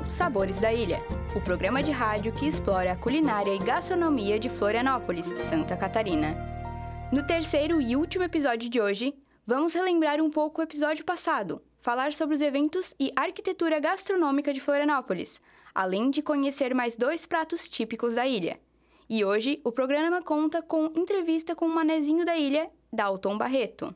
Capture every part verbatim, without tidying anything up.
Sabores da Ilha, o programa de rádio que explora a culinária e gastronomia de Florianópolis, Santa Catarina. No terceiro e último episódio de hoje, vamos relembrar um pouco o episódio passado, falar sobre os eventos e arquitetura gastronômica de Florianópolis, além de conhecer mais dois pratos típicos da ilha. E hoje, o programa conta com entrevista com o manezinho da ilha, Dalton Barreto.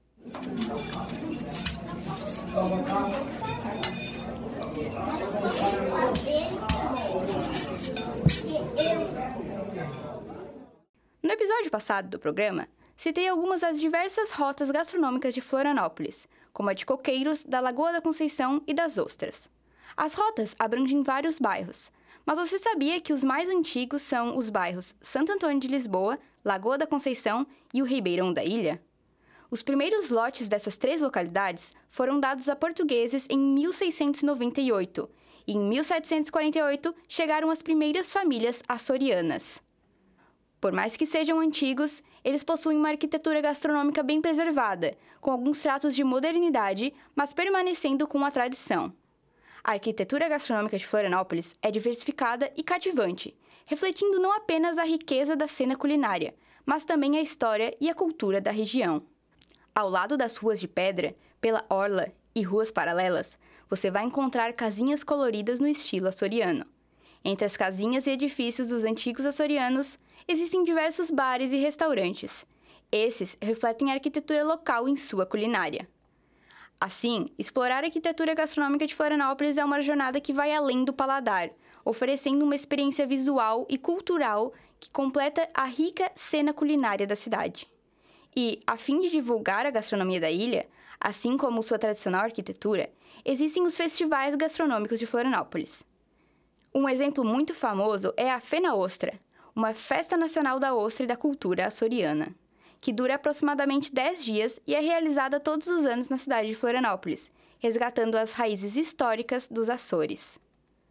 No episódio passado do programa, citei algumas das diversas rotas gastronômicas de Florianópolis, como a de Coqueiros, da Lagoa da Conceição e das Ostras. As rotas abrangem vários bairros, mas você sabia que os mais antigos são os bairros Santo Antônio de Lisboa, Lagoa da Conceição e o Ribeirão da Ilha? Os primeiros lotes dessas três localidades foram dados a portugueses em mil seiscentos e noventa e oito, e em mil setecentos e quarenta e oito chegaram as primeiras famílias açorianas. Por mais que sejam antigos, eles possuem uma arquitetura gastronômica bem preservada, com alguns traços de modernidade, mas permanecendo com a tradição. A arquitetura gastronômica de Florianópolis é diversificada e cativante, refletindo não apenas a riqueza da cena culinária, mas também a história e a cultura da região. Ao lado das ruas de pedra, pela orla e ruas paralelas, você vai encontrar casinhas coloridas no estilo açoriano. Entre as casinhas e edifícios dos antigos açorianos, existem diversos bares e restaurantes. Esses refletem a arquitetura local em sua culinária. Assim, explorar a arquitetura gastronômica de Florianópolis é uma jornada que vai além do paladar, oferecendo uma experiência visual e cultural que completa a rica cena culinária da cidade. E, a fim de divulgar a gastronomia da ilha, assim como sua tradicional arquitetura, existem os festivais gastronômicos de Florianópolis. Um exemplo muito famoso é a Fena Ostra, uma festa nacional da ostra e da cultura açoriana, que dura aproximadamente dez dias e é realizada todos os anos na cidade de Florianópolis, resgatando as raízes históricas dos Açores.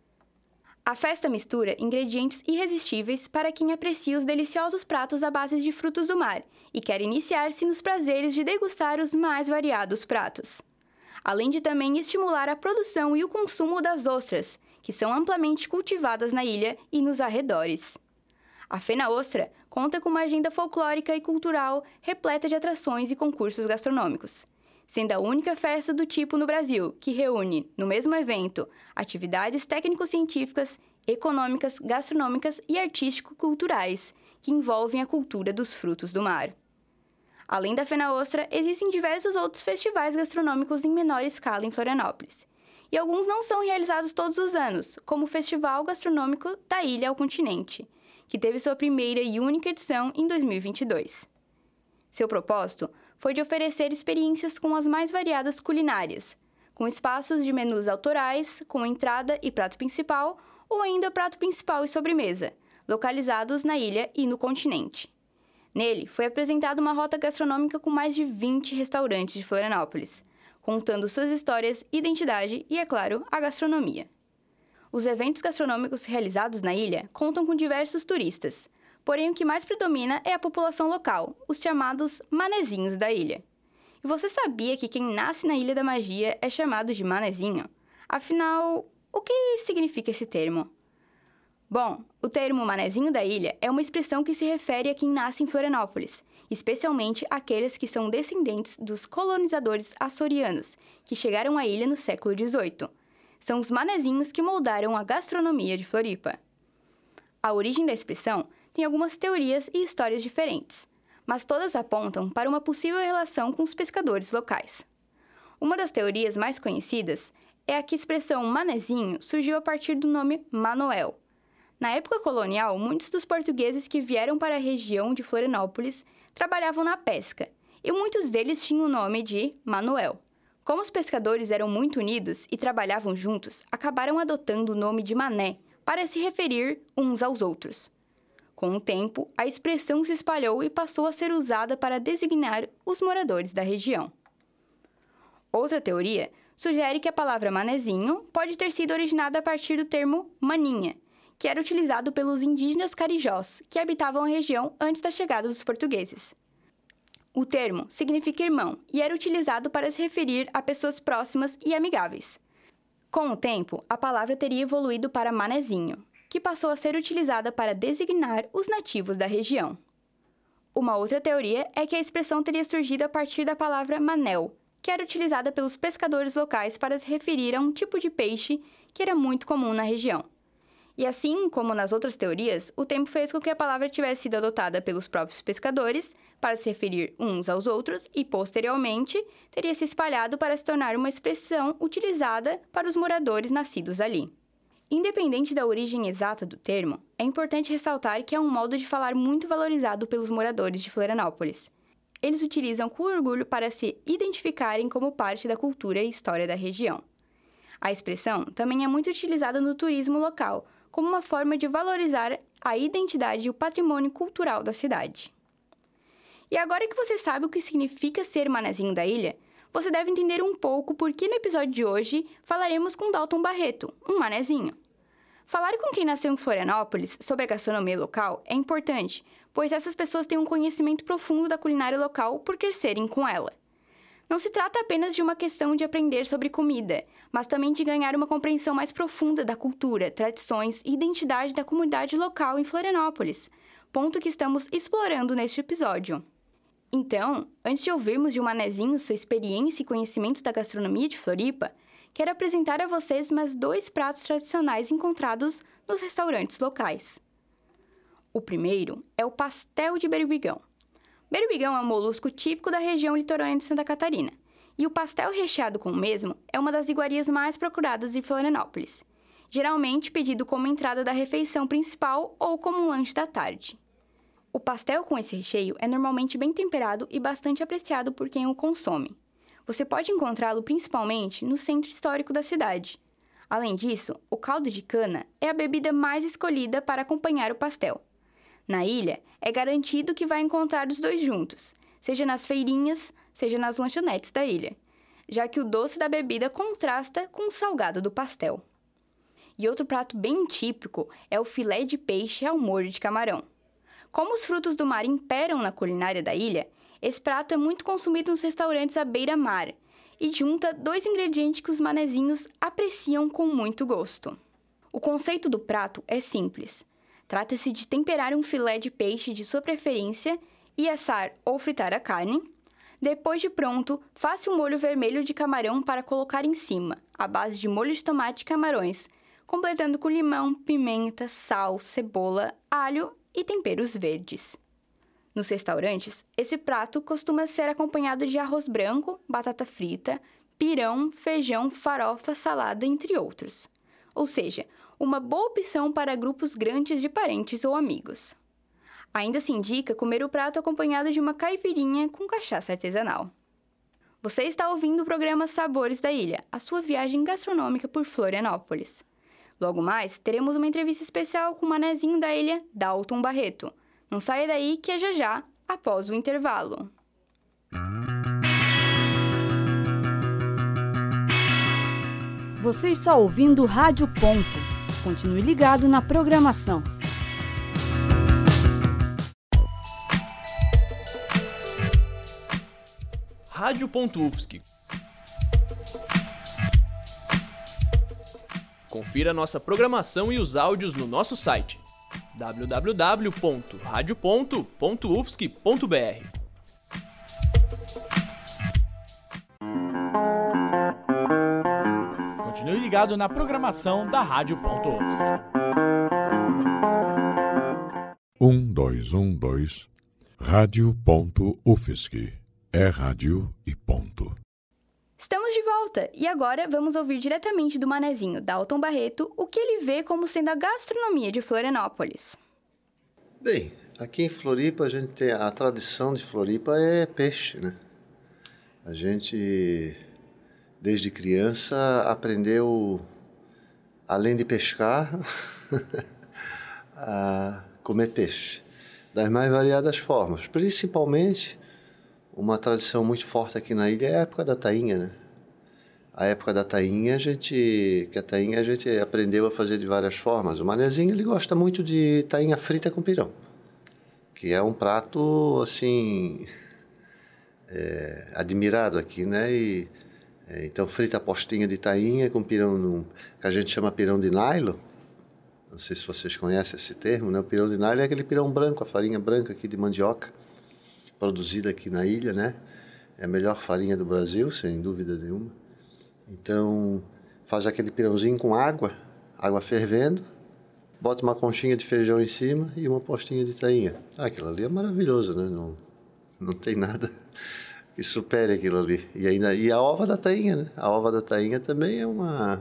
A festa mistura ingredientes irresistíveis para quem aprecia os deliciosos pratos à base de frutos do mar e quer iniciar-se nos prazeres de degustar os mais variados pratos. Além de também estimular a produção e o consumo das ostras, que são amplamente cultivadas na ilha e nos arredores. A Fena Ostra conta com uma agenda folclórica e cultural repleta de atrações e concursos gastronômicos, sendo a única festa do tipo no Brasil que reúne, no mesmo evento, atividades técnico-científicas, econômicas, gastronômicas e artístico-culturais que envolvem a cultura dos frutos do mar. Além da Fena Ostra, existem diversos outros festivais gastronômicos em menor escala em Florianópolis, e alguns não são realizados todos os anos, como o Festival Gastronômico da Ilha ao Continente, que teve sua primeira e única edição em dois mil e vinte e dois. Seu propósito foi de oferecer experiências com as mais variadas culinárias, com espaços de menus autorais, com entrada e prato principal, ou ainda prato principal e sobremesa, localizados na ilha e no continente. Nele, foi apresentada uma rota gastronômica com mais de vinte restaurantes de Florianópolis, contando suas histórias, identidade e, é claro, a gastronomia. Os eventos gastronômicos realizados na ilha contam com diversos turistas, porém o que mais predomina é a população local, os chamados manezinhos da ilha. E você sabia que quem nasce na Ilha da Magia é chamado de manezinho? Afinal, o que significa esse termo? Bom, o termo manezinho da ilha é uma expressão que se refere a quem nasce em Florianópolis, especialmente aqueles que são descendentes dos colonizadores açorianos, que chegaram à ilha no século dezoito. São os manezinhos que moldaram a gastronomia de Floripa. A origem da expressão tem algumas teorias e histórias diferentes, mas todas apontam para uma possível relação com os pescadores locais. Uma das teorias mais conhecidas é a que a expressão manezinho surgiu a partir do nome Manoel. Na época colonial, muitos dos portugueses que vieram para a região de Florianópolis trabalhavam na pesca, e muitos deles tinham o nome de Manuel. Como os pescadores eram muito unidos e trabalhavam juntos, acabaram adotando o nome de Mané para se referir uns aos outros. Com o tempo, a expressão se espalhou e passou a ser usada para designar os moradores da região. Outra teoria sugere que a palavra manezinho pode ter sido originada a partir do termo maninha, que era utilizado pelos indígenas carijós que habitavam a região antes da chegada dos portugueses. O termo significa irmão e era utilizado para se referir a pessoas próximas e amigáveis. Com o tempo, a palavra teria evoluído para manezinho, que passou a ser utilizada para designar os nativos da região. Uma outra teoria é que a expressão teria surgido a partir da palavra manel, que era utilizada pelos pescadores locais para se referir a um tipo de peixe que era muito comum na região. E assim como nas outras teorias, o tempo fez com que a palavra tivesse sido adotada pelos próprios pescadores para se referir uns aos outros e, posteriormente, teria se espalhado para se tornar uma expressão utilizada para os moradores nascidos ali. Independente da origem exata do termo, é importante ressaltar que é um modo de falar muito valorizado pelos moradores de Florianópolis. Eles utilizam com orgulho para se identificarem como parte da cultura e história da região. A expressão também é muito utilizada no turismo local, como uma forma de valorizar a identidade e o patrimônio cultural da cidade. E agora que você sabe o que significa ser manezinho da ilha, você deve entender um pouco por que no episódio de hoje falaremos com Dalton Barreto, um manezinho. Falar com quem nasceu em Florianópolis sobre a gastronomia local é importante, pois essas pessoas têm um conhecimento profundo da culinária local por crescerem com ela. Não se trata apenas de uma questão de aprender sobre comida, mas também de ganhar uma compreensão mais profunda da cultura, tradições e identidade da comunidade local em Florianópolis, ponto que estamos explorando neste episódio. Então, antes de ouvirmos de um manezinho sua experiência e conhecimentos da gastronomia de Floripa, quero apresentar a vocês mais dois pratos tradicionais encontrados nos restaurantes locais. O primeiro é o pastel de berbigão. Berbigão é um molusco típico da região litorânea de Santa Catarina, e o pastel recheado com o mesmo é uma das iguarias mais procuradas de Florianópolis, geralmente pedido como entrada da refeição principal ou como um lanche da tarde. O pastel com esse recheio é normalmente bem temperado e bastante apreciado por quem o consome. Você pode encontrá-lo principalmente no centro histórico da cidade. Além disso, o caldo de cana é a bebida mais escolhida para acompanhar o pastel. Na ilha, é garantido que vai encontrar os dois juntos, seja nas feirinhas, seja nas lanchonetes da ilha, já que o doce da bebida contrasta com o salgado do pastel. E outro prato bem típico é o filé de peixe ao molho de camarão. Como os frutos do mar imperam na culinária da ilha, esse prato é muito consumido nos restaurantes à beira-mar e junta dois ingredientes que os manezinhos apreciam com muito gosto. O conceito do prato é simples. Trata-se de temperar um filé de peixe de sua preferência e assar ou fritar a carne. Depois de pronto, faça um molho vermelho de camarão para colocar em cima, à base de molho de tomate e camarões, completando com limão, pimenta, sal, cebola, alho e temperos verdes. Nos restaurantes, esse prato costuma ser acompanhado de arroz branco, batata frita, pirão, feijão, farofa, salada, entre outros. Ou seja, uma boa opção para grupos grandes de parentes ou amigos. Ainda se indica comer o prato acompanhado de uma caipirinha com cachaça artesanal. Você está ouvindo o programa Sabores da Ilha, a sua viagem gastronômica por Florianópolis. Logo mais, teremos uma entrevista especial com o manezinho da ilha, Dalton Barreto. Não saia daí que é já já, após o intervalo. Você está ouvindo Rádio Ponto. Continue ligado na programação. Rádio Ponto U F S C. Confira nossa programação e os áudios no nosso site w w w ponto radio ponto u f s c ponto b r. Continue ligado na programação da Rádio Ponto U F S C. um dois um dois Rádio Ponto U F S C. É rádio e ponto. Estamos de volta e agora vamos ouvir diretamente do manezinho Dalton Barreto o que ele vê como sendo a gastronomia de Florianópolis. Bem, aqui em Floripa a gente tem a tradição de Floripa é peixe, né? A gente desde criança aprendeu, além de pescar, a comer peixe das mais variadas formas. Principalmente, uma tradição muito forte aqui na ilha é a época da tainha, né? A época da tainha, a gente, que a tainha a gente aprendeu a fazer de várias formas. O manezinho, ele gosta muito de tainha frita com pirão, que é um prato, assim, é, admirado aqui, né? E É, então, frita a postinha de tainha com pirão, no, que a gente chama pirão de nylon. Não sei se vocês conhecem esse termo, né? O pirão de nylon é aquele pirão branco, a farinha branca aqui de mandioca, produzida aqui na ilha, né? É a melhor farinha do Brasil, sem dúvida nenhuma. Então, faz aquele pirãozinho com água, água fervendo, bota uma conchinha de feijão em cima e uma postinha de tainha. Ah, aquilo ali é maravilhoso, né? Não, não tem nada que supere aquilo ali. E, ainda, e a ova da tainha, né? A ova da tainha também é uma,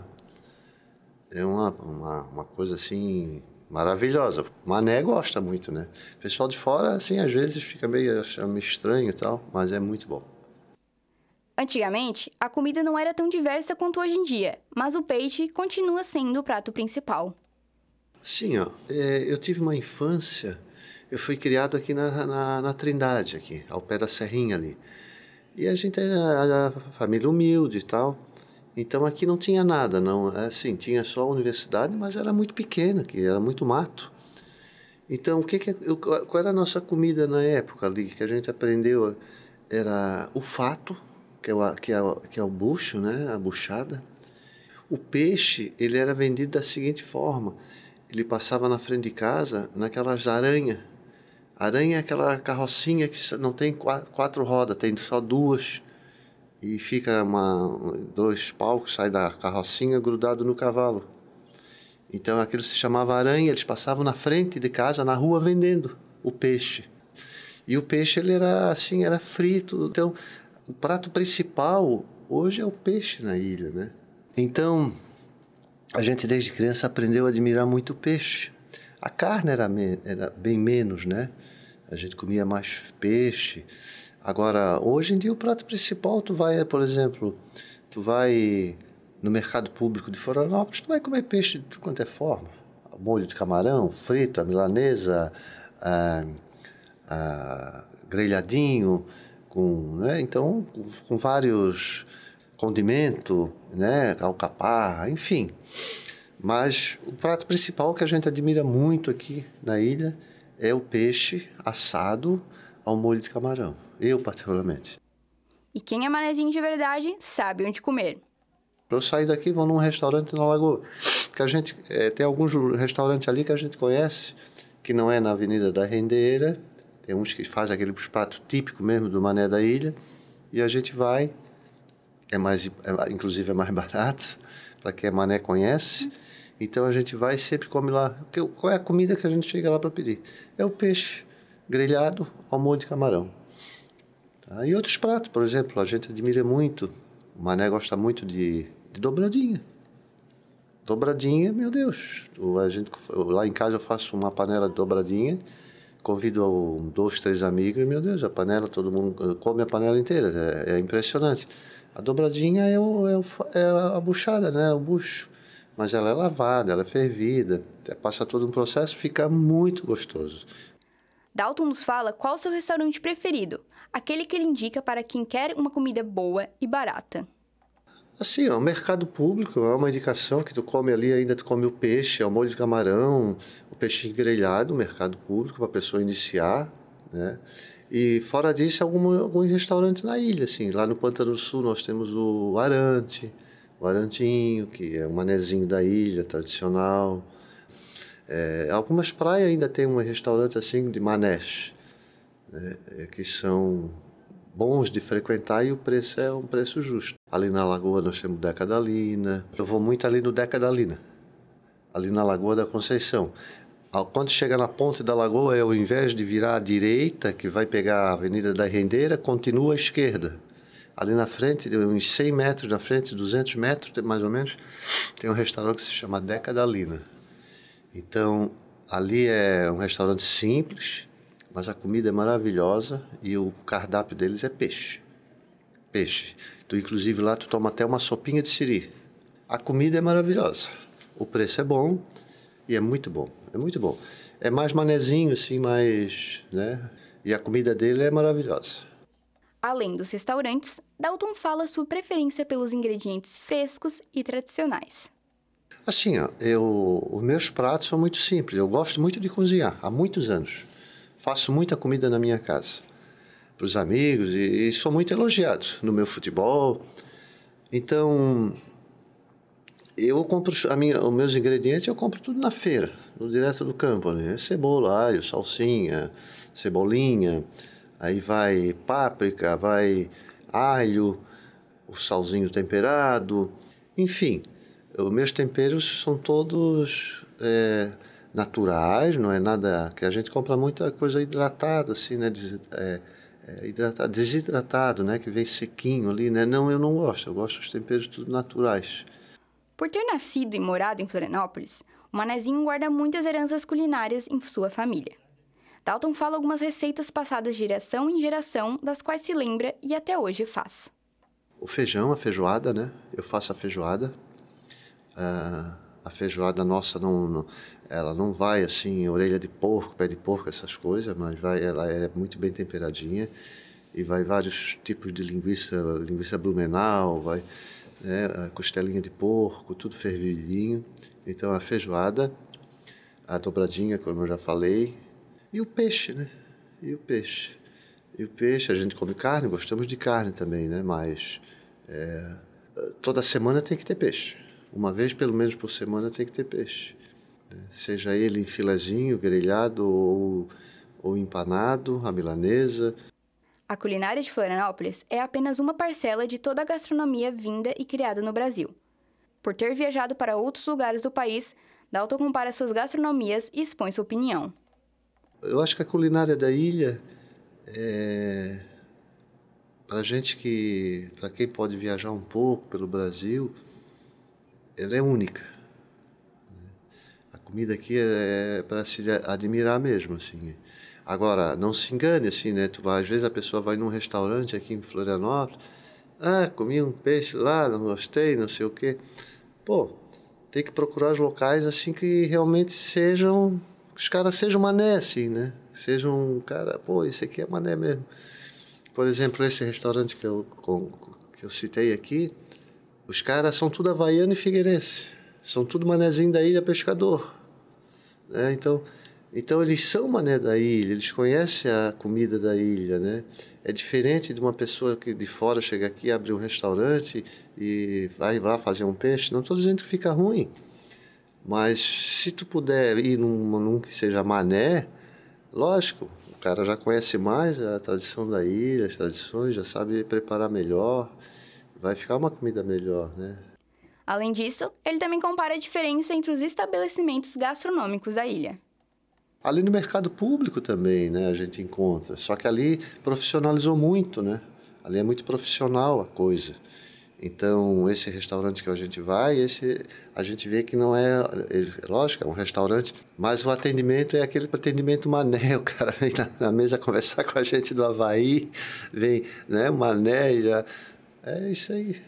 é uma, uma, uma coisa assim maravilhosa. O mané gosta muito, né? O pessoal de fora, assim, às vezes fica meio, meio estranho e tal, mas é muito bom. Antigamente, a comida não era tão diversa quanto hoje em dia, mas o peixe continua sendo o prato principal. Sim, ó, é, eu tive uma infância, eu fui criado aqui na, na, na Trindade, aqui, ao pé da serrinha ali. E a gente era a família humilde e tal, então aqui não tinha nada, não, assim, tinha só a universidade, mas era muito pequena aqui, era muito mato. Então, o que que, qual era a nossa comida na época ali, que a gente aprendeu, era o fato, que é o, que é o, que é o bucho, né, a buchada. O peixe, ele era vendido da seguinte forma, ele passava na frente de casa, naquelas aranhas. Aranha é aquela carrocinha que não tem quatro, quatro rodas, tem só duas. E fica uma, dois palcos, sai da carrocinha grudado no cavalo. Então aquilo se chamava aranha, eles passavam na frente de casa, na rua, vendendo o peixe. E o peixe, ele era assim, era frito. Então, o prato principal hoje é o peixe na ilha, né? Então, a gente desde criança aprendeu a admirar muito o peixe. A carne era, me, era bem menos, né? A gente comia mais peixe. Agora, hoje em dia, o prato principal, tu vai, por exemplo, tu vai no mercado público de Florianópolis, tu vai comer peixe de quanto é forma. Molho de camarão, frito, a milanesa, a, a grelhadinho, com, né? Então, com, com vários condimentos, né? Alcaparra, enfim. Mas o prato principal que a gente admira muito aqui na ilha é o peixe assado ao molho de camarão. Eu, particularmente. E quem é manezinho de verdade sabe onde comer. Para eu sair daqui, vou num restaurante na Lagoa. Que a gente, é, tem alguns restaurantes ali que a gente conhece, que não é na Avenida da Rendeira. Tem uns que fazem aquele prato típico mesmo do Mané da Ilha. E a gente vai, é mais, é, inclusive é mais barato, para quem é Mané conhece. Então a gente vai e sempre come lá. Qual é a comida que a gente chega lá para pedir? É o peixe grelhado ao molho de camarão. Tá? E outros pratos, por exemplo, a gente admira muito. O Mané gosta muito de, de dobradinha. Dobradinha, meu Deus. A gente, lá em casa eu faço uma panela de dobradinha. Convido dois, três amigos e, meu Deus, a panela, todo mundo come a panela inteira. É, é impressionante. A dobradinha é, o, é, o, é a buchada, né? O bucho. Mas ela é lavada, ela é fervida, passa todo um processo, fica muito gostoso. Dalton nos fala qual o seu restaurante preferido, aquele que ele indica para quem quer uma comida boa e barata. Assim, ó, o mercado público é uma indicação que tu come ali, ainda tu come o peixe, é o molho de camarão, o peixe grelhado, o mercado público para a pessoa iniciar, né? E fora disso, algum, alguns restaurantes na ilha, assim, lá no Pântano do Sul nós temos o Arante, o Arantinho, que é um manezinho da ilha, tradicional. É, algumas praias ainda tem um restaurante assim de manés, né, que são bons de frequentar e o preço é um preço justo. Ali na Lagoa nós temos Deca da Lina. Eu vou muito ali no Deca da Lina, ali na Lagoa da Conceição. Quando chega na ponte da Lagoa, ao invés de virar à direita, que vai pegar a Avenida da Rendeira, continua à esquerda. Ali na frente, uns cem metros na frente, duzentos metros, mais ou menos, tem um restaurante que se chama Deca da Lina. Então, ali é um restaurante simples, mas a comida é maravilhosa e o cardápio deles é peixe. Peixe. Tu, inclusive, lá tu toma até uma sopinha de siri. A comida é maravilhosa. O preço é bom e é muito bom. É muito bom. É mais manezinho, assim, mais, né? E a comida dele é maravilhosa. Além dos restaurantes, Dalton fala sua preferência pelos ingredientes frescos e tradicionais. Assim, ó, eu, os meus pratos são muito simples. Eu gosto muito de cozinhar, há muitos anos. Faço muita comida na minha casa, para os amigos, e, e sou muito elogiado no meu futebol. Então, eu compro a minha, os meus ingredientes, eu compro tudo na feira, no direto do campo, né? Cebola, alho, salsinha, cebolinha, aí vai páprica, vai alho, o salzinho temperado, enfim, os meus temperos são todos é, naturais, não é nada que a gente compra muita coisa hidratada, assim, né? Des, é, é, hidratado, desidratado, né? Que vem sequinho ali, né? Não, eu não gosto, eu gosto dos temperos tudo naturais. Por ter nascido e morado em Florianópolis, o Manezinho guarda muitas heranças culinárias em sua família. Dalton fala algumas receitas passadas de geração em geração, das quais se lembra e até hoje faz. O feijão, a feijoada, né? Eu faço a feijoada. Uh, a feijoada nossa, não, não, ela não vai assim, orelha de porco, pé de porco, essas coisas, mas vai, ela é muito bem temperadinha. E vai vários tipos de linguiça, linguiça blumenau, vai... Né, a costelinha de porco, tudo fervidinho. Então a feijoada, a dobradinha, como eu já falei, e o peixe, né? E o peixe. E o peixe, a gente come carne, gostamos de carne também, né? Mas é, toda semana tem que ter peixe. Uma vez pelo menos por semana tem que ter peixe. Né? Seja ele em filezinho, grelhado ou, ou empanado, a milanesa. A culinária de Florianópolis é apenas uma parcela de toda a gastronomia vinda e criada no Brasil. Por ter viajado para outros lugares do país, Dalton compara suas gastronomias e expõe sua opinião. Eu acho que a culinária da ilha, é... para gente que, para quem pode viajar um pouco pelo Brasil, ela é única. A comida aqui é para se admirar mesmo, assim. Agora, não se engane, assim, né? Tu vai, às vezes a pessoa vai num restaurante aqui em Florianópolis, ah, comi um peixe lá, não gostei, não sei o quê. Pô, tem que procurar os locais, assim, que realmente sejam, que os caras sejam mané, assim, né? Sejam, cara, pô, esse aqui é mané mesmo. Por exemplo, esse restaurante que eu, com, que eu citei aqui, os caras são tudo havaiano e figueirense. São tudo manezinho da Ilha Pescador. Né? Então... Então, eles são mané da ilha, eles conhecem a comida da ilha, né? É diferente de uma pessoa que de fora chega aqui, abre um restaurante e vai lá fazer um peixe. Não estou dizendo que fica ruim, mas se tu puder ir num, num que seja mané, lógico, o cara já conhece mais a tradição da ilha, as tradições, já sabe preparar melhor, vai ficar uma comida melhor, né? Além disso, ele também compara a diferença entre os estabelecimentos gastronômicos da ilha. Ali no mercado público também, né, a gente encontra. Só que ali profissionalizou muito, né? Ali é muito profissional a coisa. Então, esse restaurante que a gente vai, esse, a gente vê que não é... Lógico, é um restaurante, mas o atendimento é aquele atendimento mané. O cara vem na, na mesa conversar com a gente do Havaí, vem, né, mané, já... É isso aí.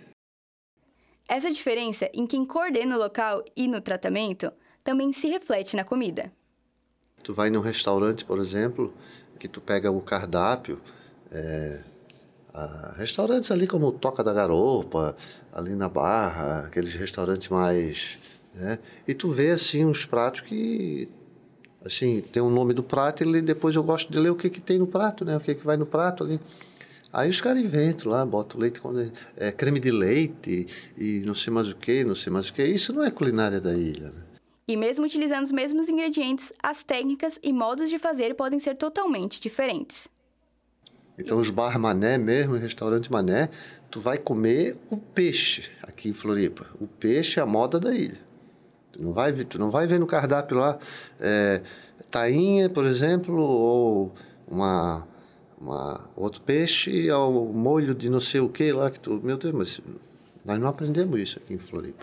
Essa diferença em quem coordena o local e no tratamento também se reflete na comida. Tu vai num restaurante, por exemplo, que tu pega o cardápio, é, a, restaurantes ali como Toca da Garopa, ali na Barra, aqueles restaurantes mais... Né, e tu vê, assim, uns pratos que... Assim, tem o nome do prato e depois eu gosto de ler o que, que tem no prato, né? O que, que vai no prato ali. Aí os caras inventam lá, botam leite com é, creme de leite e não sei mais o que, não sei mais o que. Isso não é culinária da ilha, né? E mesmo utilizando os mesmos ingredientes, as técnicas e modos de fazer podem ser totalmente diferentes. Então, os bar mané mesmo, o restaurante mané, tu vai comer o peixe aqui em Floripa. O peixe é a moda da ilha. Tu não vai, tu não vai ver no cardápio lá é, tainha, por exemplo, ou uma, uma, outro peixe ao molho de não sei o que lá. Que tu, meu Deus, mas nós não aprendemos isso aqui em Floripa.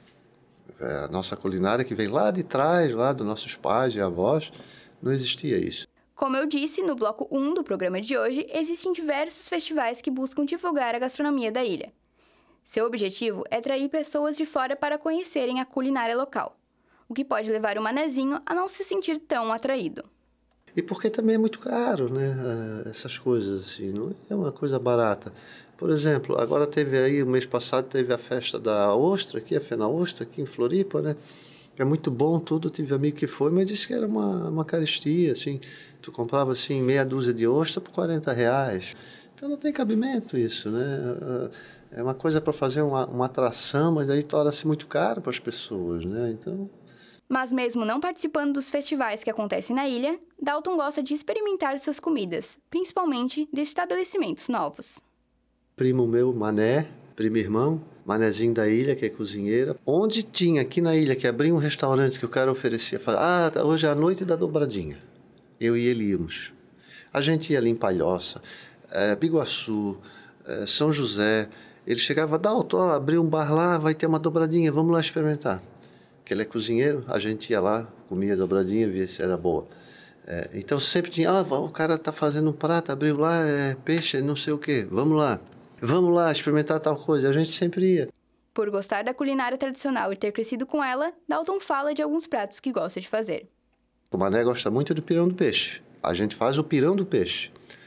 A nossa culinária que vem lá de trás, lá dos nossos pais e avós, não existia isso. Como eu disse, no bloco um do programa de hoje, existem diversos festivais que buscam divulgar a gastronomia da ilha. Seu objetivo é atrair pessoas de fora para conhecerem a culinária local, o que pode levar o manezinho a não se sentir tão atraído. E porque também é muito caro, né? Essas coisas, assim, não é uma coisa barata. Por exemplo, agora teve aí, o mês passado, teve a festa da ostra, aqui, a Fena Ostra, aqui em Floripa, né? é muito bom tudo, tive amigo que foi, mas disse que era uma, uma carestia, assim, tu comprava assim meia dúzia de ostra por quarenta reais. Então não tem cabimento isso, né? É uma coisa para fazer uma, uma atração, mas aí torna-se muito caro para as pessoas, né? Então... Mas mesmo não participando dos festivais que acontecem na ilha, Dalton gosta de experimentar suas comidas, principalmente de estabelecimentos novos. Primo meu, Mané, primo irmão, Manezinho da ilha, que é cozinheira. Onde tinha aqui na ilha que abria um restaurante que o cara oferecia, falava, ah, hoje é a noite da dobradinha. Eu e ele íamos. A gente ia ali em Palhoça, é, Biguaçu, é, São José. Ele chegava, Dalton, ó, abriu um bar lá, vai ter uma dobradinha, vamos lá experimentar. Que ele é cozinheiro, a gente ia lá, comia a dobradinha, via se era boa. É, então sempre tinha, ah, o cara tá fazendo um prato, abriu lá, é, peixe, não sei o quê, vamos lá. Vamos lá experimentar tal coisa, a gente sempre ia. Por gostar da culinária tradicional e ter crescido com ela, Dalton fala de alguns pratos que gosta de fazer. O Mané gosta muito do pirão do peixe. A gente faz o pirão do peixe.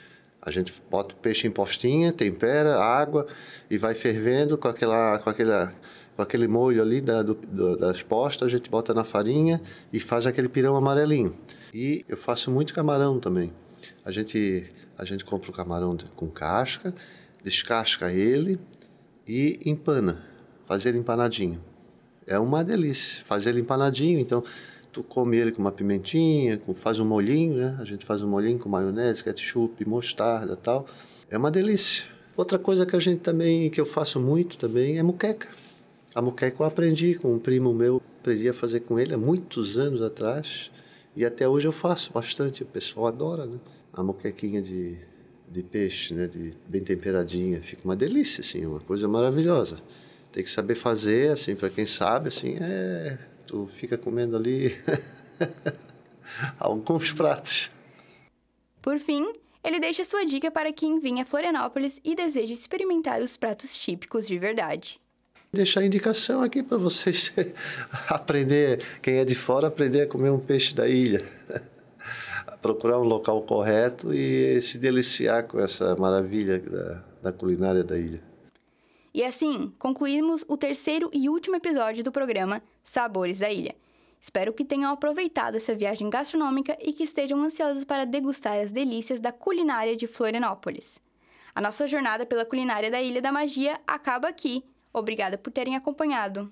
A gente bota o peixe em postinha, tempera, água e vai fervendo com, aquela, com, aquela, com aquele molho ali da, do, do, das postas, a gente bota na farinha e faz aquele pirão amarelinho. E eu faço muito camarão também. A gente, a gente compra o camarão com casca, descasca ele e empana, faz ele empanadinho. É uma delícia, faz ele empanadinho, então tu come ele com uma pimentinha, com, faz um molhinho, né? A gente faz um molhinho com maionese, ketchup, mostarda e tal. É uma delícia. Outra coisa que a gente também, que eu faço muito também, é muqueca. A muqueca eu aprendi com um primo meu, aprendi a fazer com ele há muitos anos atrás e até hoje eu faço bastante, o pessoal adora, né? A muquequinha de... de peixe, né, de, bem temperadinha, fica uma delícia, assim, uma coisa maravilhosa. Tem que saber fazer, assim, para quem sabe, assim, é, tu fica comendo ali alguns pratos. Por fim, ele deixa sua dica para quem vem a Florianópolis e deseja experimentar os pratos típicos de verdade. Deixar a indicação aqui para vocês aprender, quem é de fora, aprender a comer um peixe da ilha. Procurar um local correto e se deliciar com essa maravilha da, da culinária da ilha. E assim, concluímos o terceiro e último episódio do programa Sabores da Ilha. Espero que tenham aproveitado essa viagem gastronômica e que estejam ansiosos para degustar as delícias da culinária de Florianópolis. A nossa jornada pela culinária da Ilha da Magia acaba aqui. Obrigada por terem acompanhado.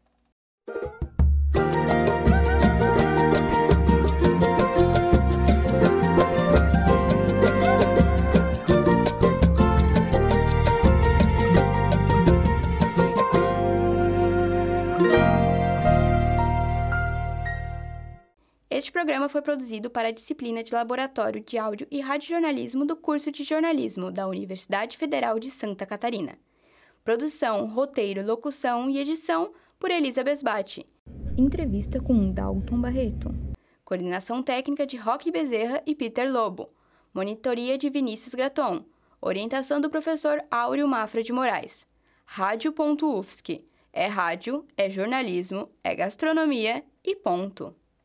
Este programa foi produzido para a disciplina de Laboratório de Áudio e Radiojornalismo do curso de Jornalismo da Universidade Federal de Santa Catarina. Produção, roteiro, locução e edição por Elisa Besbate. Entrevista com Dalton Barreto. Coordenação técnica de Roque Bezerra e Peter Lobo. Monitoria de Vinícius Graton. Orientação do professor Áureo Mafra de Moraes. Rádio ponto U F S C. É rádio, é jornalismo, é gastronomia e ponto.